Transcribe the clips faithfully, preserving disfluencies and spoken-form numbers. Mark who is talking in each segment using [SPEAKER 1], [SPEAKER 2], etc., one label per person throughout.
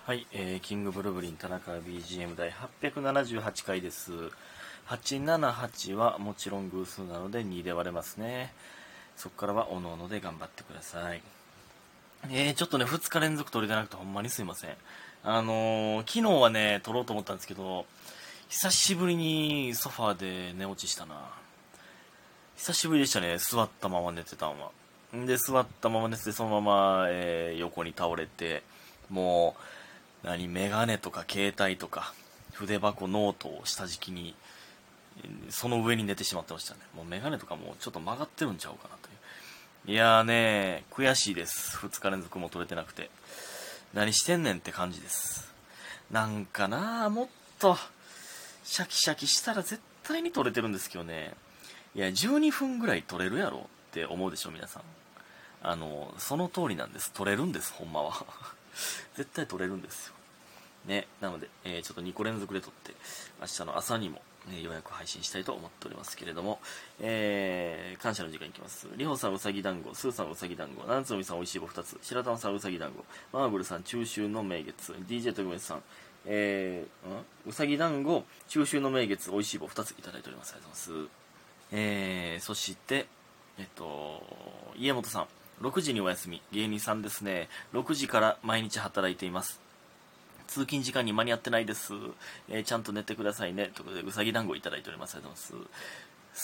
[SPEAKER 1] はい、えー、キングブルブリン田中 ビージーエム 第はっぴゃくななじゅうはちかいです。はちななはちはもちろん偶数なのでにで割れますね。そこからはおのおので頑張ってください。えー、ちょっとね、ふつか連続取れてなくてほんまにすいません。あのー、昨日はね、取ろうと思ったんですけど、久しぶりにソファーで寝落ちしたな。久しぶりでしたね、座ったまま寝てたんは。んで、座ったまま寝てて、そのまま、えー、横に倒れて、もう、何、メガネとか携帯とか、筆箱、ノートを下敷きに、その上に寝てしまってましたね。もうメガネとかもちょっと曲がってるんちゃうかなという。いやーねー、悔しいです。ふつか連続も取れてなくて。何してんねんって感じです。なんかなー、もっと、シャキシャキしたら絶対に取れてるんですけどね。いや、じゅうにふんぐらい取れるやろって思うでしょ、皆さん。あの、その通りなんです。取れるんです、ほんまは。絶対取れるんですよ。ね、なので、えー、ちょっとにこ連続で撮って、明日の朝にも、ね、ようやく配信したいと思っておりますけれども、えー、感謝の時間いきます。りほさんうさぎ団子、すーさんうさぎ団子、なんつのみさんおいしい棒ふたつ、白玉さんうさぎ団子、マーブルさん中秋の名月、ディージェー とぐめさん、えー、んうさぎ団子、中秋の名月、おいしい棒ふたついただいております。ありがとうございます。えー、そして、えっと、家元さん、ろくじにお休み、芸人さんですね。ろくじから毎日働いています。通勤時間に間に合ってないです。えー、ちゃんと寝てくださいね。ということで、うさぎ団子いただいております。ありがとうございます。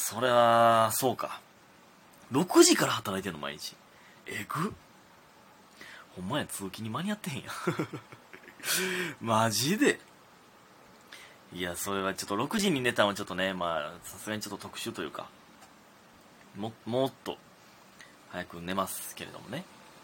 [SPEAKER 1] それは、そうか。ろくじから働いてんの、毎日。えぐ。ほんまや、通勤に間に合ってへんや。マジで。いや、それはちょっとろくじに寝たのはちょっとね、まあ、さすがにちょっと特殊というか、も、もっと、早く寝ますけれどもね。うん、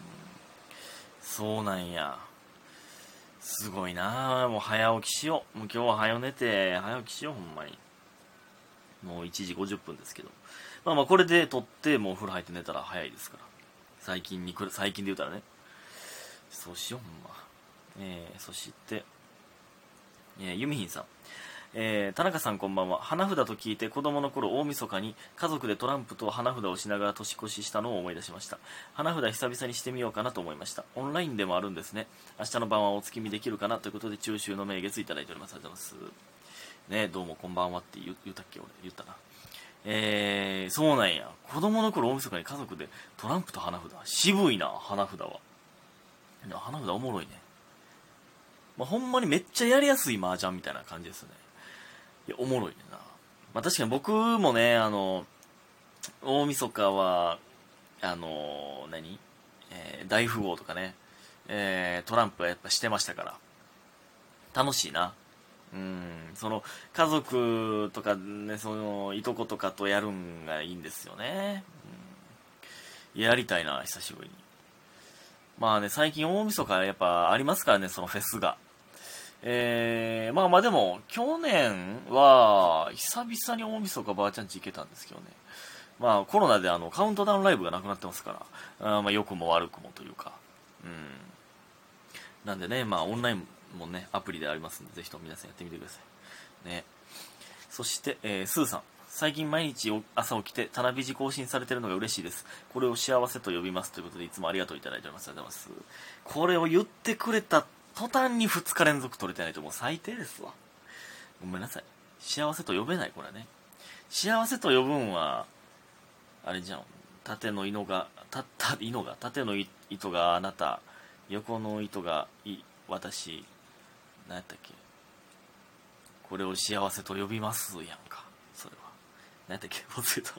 [SPEAKER 1] そうなんや。すごいなぁ。もう早起きしよう。もう今日は早寝て、早起きしよう、ほんまに。もういちじごじゅっぷんですけど。まあまあ、これで撮って、もうお風呂入って寝たら早いですから。最近にくる、最近で言うたらね。そうしよう、ほんま。えー、そして、えー、ゆみひんさん。えー、田中さんこんばんは。花札と聞いて子供の頃大晦日に家族でトランプと花札をしながら年越ししたのを思い出しました。花札久々にしてみようかなと思いました。オンラインでもあるんですね。明日の晩はお月見できるかなということで中秋の名月いただいております。ありがとうございます。ね、どうもこんばんはって言言ったっけ俺言ったな。えー、そうなんや。子供の頃大晦日に家族でトランプと花札。渋いな、花札は。花札おもろいね。まあ、ほんまにめっちゃやりやすい麻雀みたいな感じですね。いや、おもろいねな。まあ確かに僕もね、あの、大晦日は、あの、何えー、大富豪とかね、えー、トランプはやっぱしてましたから。楽しいな。うん、その、家族とかね、その、いとことかとやるんがいいんですよね。うん、やりたいな、久しぶりに。まあね、最近大晦日やっぱありますからね、そのフェスが。えー、まあまあでも、去年は、久々に大晦日ばあちゃんち行けたんですけどね。まあコロナであの、カウントダウンライブがなくなってますから、あまあ良くも悪くもというか、うん。なんでね、まあオンラインもね、アプリでありますんで、ぜひとも皆さんやってみてください。ね。そして、えー、スーさん。最近毎日朝起きて、タナビジ更新されてるのが嬉しいです。これを幸せと呼びますということで、いつもありがとういただいております。ありがとうございます。これを言ってくれた途端にふつか連続取れてないともう最低ですわ。ごめんなさい。幸せと呼べない、これはね。幸せと呼ぶんは、あれじゃん。縦の糸が、た、た、糸が、縦の糸があなた、横の糸がい、私、何やったっけ。これを幸せと呼びますやんか。それは。何やったっけ忘れた。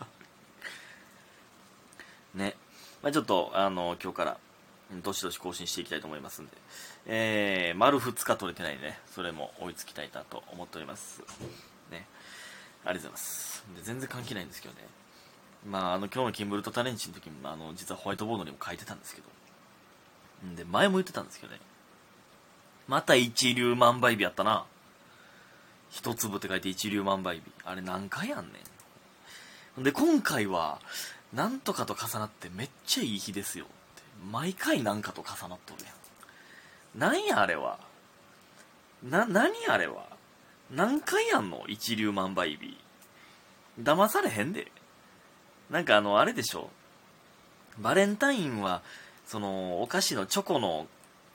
[SPEAKER 1] ね。まあちょっと、あの、今日から、どしどし更新していきたいと思いますんで。えー、丸ふつか取れてないんでね、それも追いつきたいなと思っております。ね。ありがとうございます。で、全然関係ないんですけどね。まあ、あの、今日のキンブルトタレンチの時も、あの、実はホワイトボードにも書いてたんですけど。んで、前も言ってたんですけどね。また一粒万倍日やったな。一粒って書いて一粒万倍日。あれ何回やんねん。で、今回は、なんとかと重なってめっちゃいい日ですよって。毎回なんかと重なっとるやん。なんやあれは。な、何あれは。何回やんの一粒万倍日。騙されへんで。なんかあの、あれでしょ。バレンタインは、その、お菓子のチョコの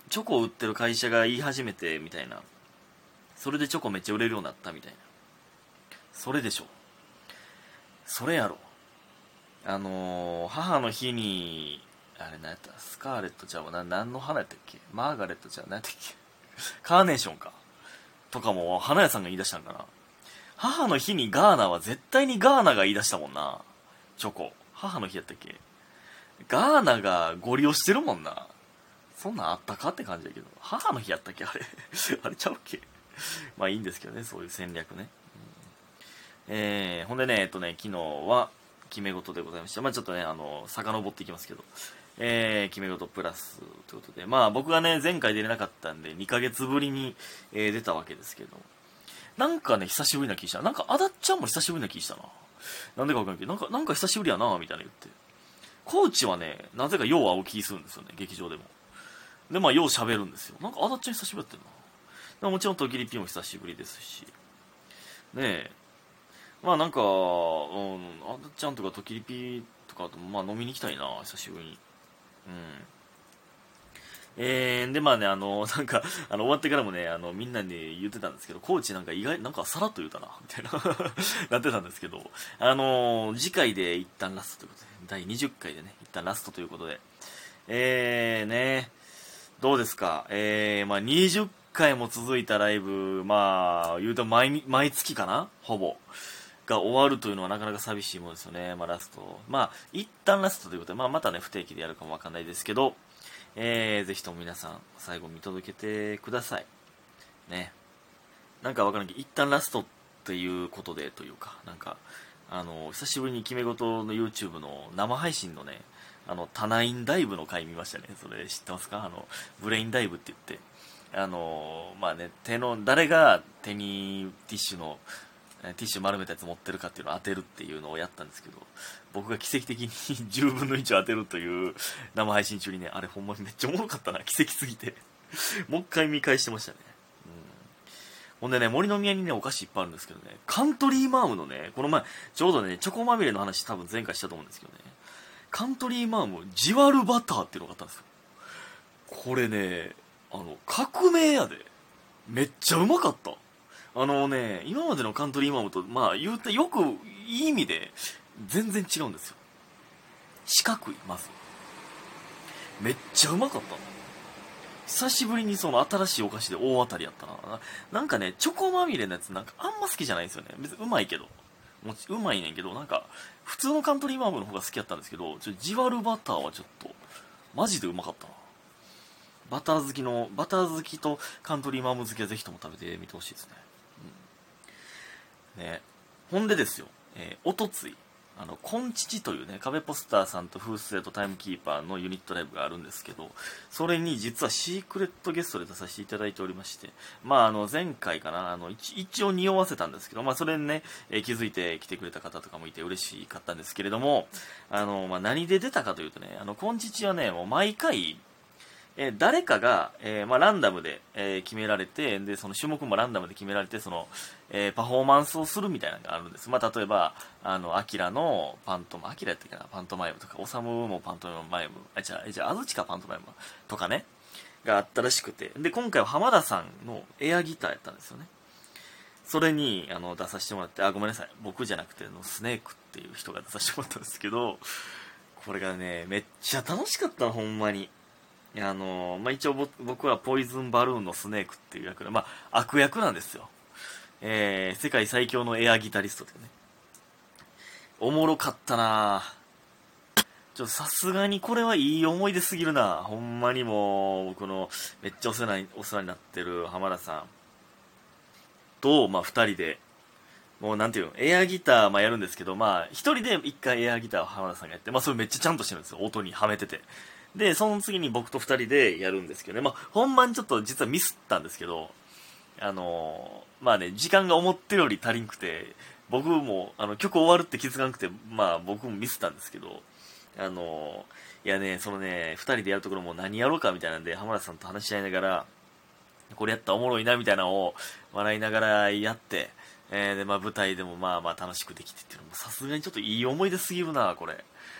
[SPEAKER 1] チョコを売ってる会社が言い始めてみたいな、それでチョコめっちゃ売れるようになったみたいな、それでしょ、それやろ。あのー、母の日にあれ何やった、スカーレットちゃうわな、何の花やったっけ、マーガレットちゃう、何やったっけカーネーションかとかも花屋さんが言い出したんかな。母の日にガーナは絶対にガーナが言い出したもんな、チョコ。母の日やったっけ、ガーナがご利用してるもんな。そんなんあったかって感じだけど、母の日やったっけあれあれちゃうっけまあいいんですけどね、そういう戦略ね、うん、えー、ほんでねえっとね昨日は決め事でございました。まあちょっとねあの遡っていきますけど、えー、決め事プラスということで、まあ僕がね前回出れなかったんでにかげつぶりに、えー、出たわけですけど、なんかね久しぶりな気した。なんかあだっちゃんも久しぶりな気したな。なんでかわかんないけど、なんかなんか久しぶりやなみたいな言って、コーチはねなぜかよう会う気するんですよね、劇場でも。でまあよう喋るんですよ。なんかあだっちゃん久しぶりやってんな。もちろんトキリピも久しぶりですしねえ、まあなんか、うん、あだちゃんとかトキリピとかとまあ飲みに行きたいな久しぶりに。うん。えー、でまあねあのなんかあの終わってからもねあのみんなに言ってたんですけど、コーチなんか意外なんかさらっと言うたなみたいななってたんですけど、あの次回で一旦ラストということで、だいにじゅっかいでね一旦ラストということで、えーねどうですか、えー、まあにじゅっかいも続いたライブ、まあ言うと 毎, 毎月かなほぼが終わるというのはなかなか寂しいものですよね。まあラスト、まあ一旦ラストということで、まあまたね不定期でやるかもわかんないですけど、えー、ぜひとも皆さん最後見届けてくださいね。なんかわからんけど一旦ラストっていうことでというか、なんかあの久しぶりに決め事の YouTube の生配信のねあのタナインダイブの回見ましたね。それ知ってますか？あのブレインダイブって言って、あのまあね手の誰が手にティッシュのティッシュ丸めたやつ持ってるかっていうのを当てるっていうのをやったんですけど、僕が奇跡的にじゅうぶんのいちを当てるという生配信中にね、あれほんまにめっちゃおもろかったな、奇跡すぎてもう一回見返してましたね。うん、ほんでね、森の宮にねお菓子いっぱいあるんですけどね、カントリーマームのね、この前ちょうどねチョコまみれの話多分前回したと思うんですけどね、カントリーマームじわるバターっていうのがあったんですよ。これねあの革命やで、めっちゃうまかった。あのね今までのカントリーマームとまあ言うてよくいい意味で全然違うんですよ。四角い、まずめっちゃうまかったの。久しぶりにその新しいお菓子で大当たりやったな。なんかねチョコまみれのやつなんかあんま好きじゃないんですよね。別にうまいけど、もちうまいねんけど、なんか普通のカントリーマームの方が好きやったんですけど、ちょじわるバターはちょっとマジでうまかったな。バター好きのバター好きとカントリーマーム好きはぜひとも食べてみてほしいですね。うん、ね、ほんでですよ、えー、おとついあのコンチチというね壁ポスターさんとフースレとタイムキーパーのユニットライブがあるんですけど、それに実はシークレットゲストで出させていただいておりまして、まああの前回かなあの一一応匂わせたんですけど、まあそれにね、えー、気づいて来てくれた方とかもいて嬉しかったんですけれども、あの、まあ、何で出たかというとね、あのコンチチはねもう毎回えー、誰かが、えーまあ、ランダムで、えー決められて、でその種目もランダムで決められて、その、えーパフォーマンスをするみたいなのがあるんです。まあ、例えばあのアキラのパントマアキラやったっけなパントマイムとか、オサムもパントマイム、あじゃあじゃあ安土かパントマイムとかねがあったらしくて、で今回は浜田さんのエアギターやったんですよね。それにあの出させてもらって、あごめんなさい僕じゃなくてのスネークっていう人が出させてもらったんですけど、これがねめっちゃ楽しかったほんまに。あのまあ、一応僕はポイズンバルーンのスネークっていう役で、まあ、悪役なんですよ、えー、世界最強のエアギタリストでね、おもろかったな。ちょさすがにこれはいい思い出すぎるな、ほんまに。もう僕のめっちゃお世話にお世話になってる浜田さんと、まあ、ふたりでもうなんていうのエアギターまあやるんですけど、まあ一人で一回エアギターを浜田さんがやって、まあそれめっちゃちゃんとしてるんですよ、音にはめてて。でその次に僕とふたりでやるんですけどね、まあ本番ちょっと実はミスったんですけど、あのー、まあね時間が思ってるより足りんくて、僕もあの曲終わるって気づかなくて、まあ僕もミスったんですけど、あのー、いやねそのねふたりでやるところも何やろうかみたいなんで浜田さんと話し合いながら、これやったらおもろいなみたいなのを笑いながらやって、えー、でまあ舞台でもまあまあ楽しくできてっていうのもさすがにちょっといい思い出すぎるなこれ。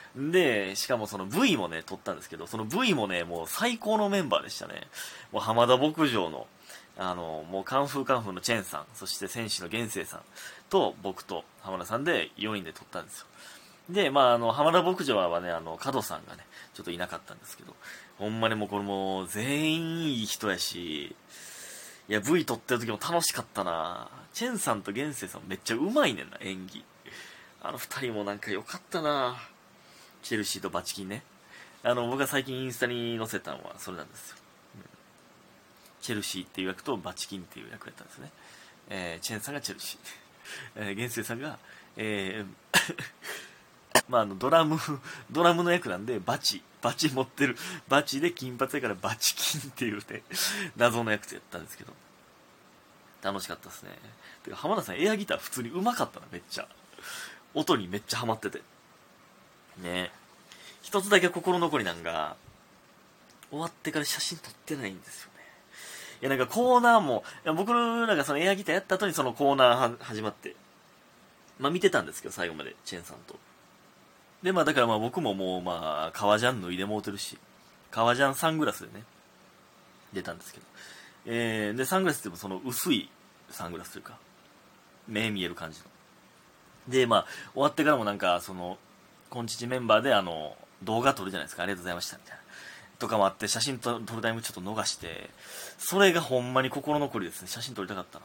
[SPEAKER 1] で、しかもその V もね、撮ったんですけど、その V もね、もう最高のメンバーでしたね。もう浜田牧場の、あの、もうカンフーカンフーのチェンさん、そして戦士の玄生さんと僕と浜田さんでよにんで撮ったんですよ。で、まあ、あの、浜田牧場はね、あの、角さんがね、ちょっといなかったんですけど、ほんまにもうこれもう全員いい人やし、いや、V 撮ってる時も楽しかったな。チェンさんと玄生さんめっちゃうまいねんな、演技。あの二人もなんか良かったな。チェルシーとバチキンね。あの、僕が最近インスタに載せたのはそれなんですよ。うん、チェルシーっていう役とバチキンっていう役やったんですね。えー、チェンさんがチェルシー。えー、玄生さんが、えー、まあ、あの、ドラム、ドラムの役なんで、バチ、バチ持ってる、バチで金髪やからバチキンっていうね、謎の役でやったんですけど、楽しかったですね。てか、浜田さんエアギター普通に上手かったな、めっちゃ。音にめっちゃハマってて。ね。一つだけ心残りなんが、終わってから写真撮ってないんですよね。いや、なんかコーナーも、いや僕のなんかそのエアギターやった後にそのコーナーは始まって、まあ見てたんですけど、最後まで、チェンさんと。で、まあだからまあ僕ももうまあ、革ジャン脱いでもうてるし、革ジャンサングラスでね、出たんですけど。えー、で、サングラスってもその薄いサングラスというか、目見える感じの。で、まあ、終わってからもなんか、その、コンチチメンバーであの、動画撮るじゃないですか、ありがとうございました、みたいな。とかもあって、写真撮るタイムちょっと逃して、それがほんまに心残りですね。写真撮りたかったな。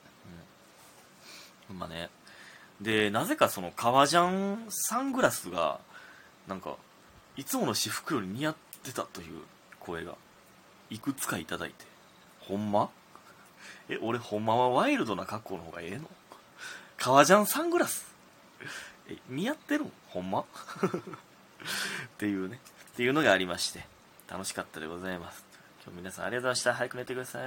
[SPEAKER 1] うん。ほんまね。で、なぜかその革ジャンサングラスが、なんか、いつもの私服より似合ってたという声が、いくつかいただいて。ほんま？え、俺ほんまはワイルドな格好の方がええの？革ジャンサングラスえ、似合ってるん？ほんまっていうね。っていうのがありまして、楽しかったでございます。今日皆さんありがとうございました。早く寝てください。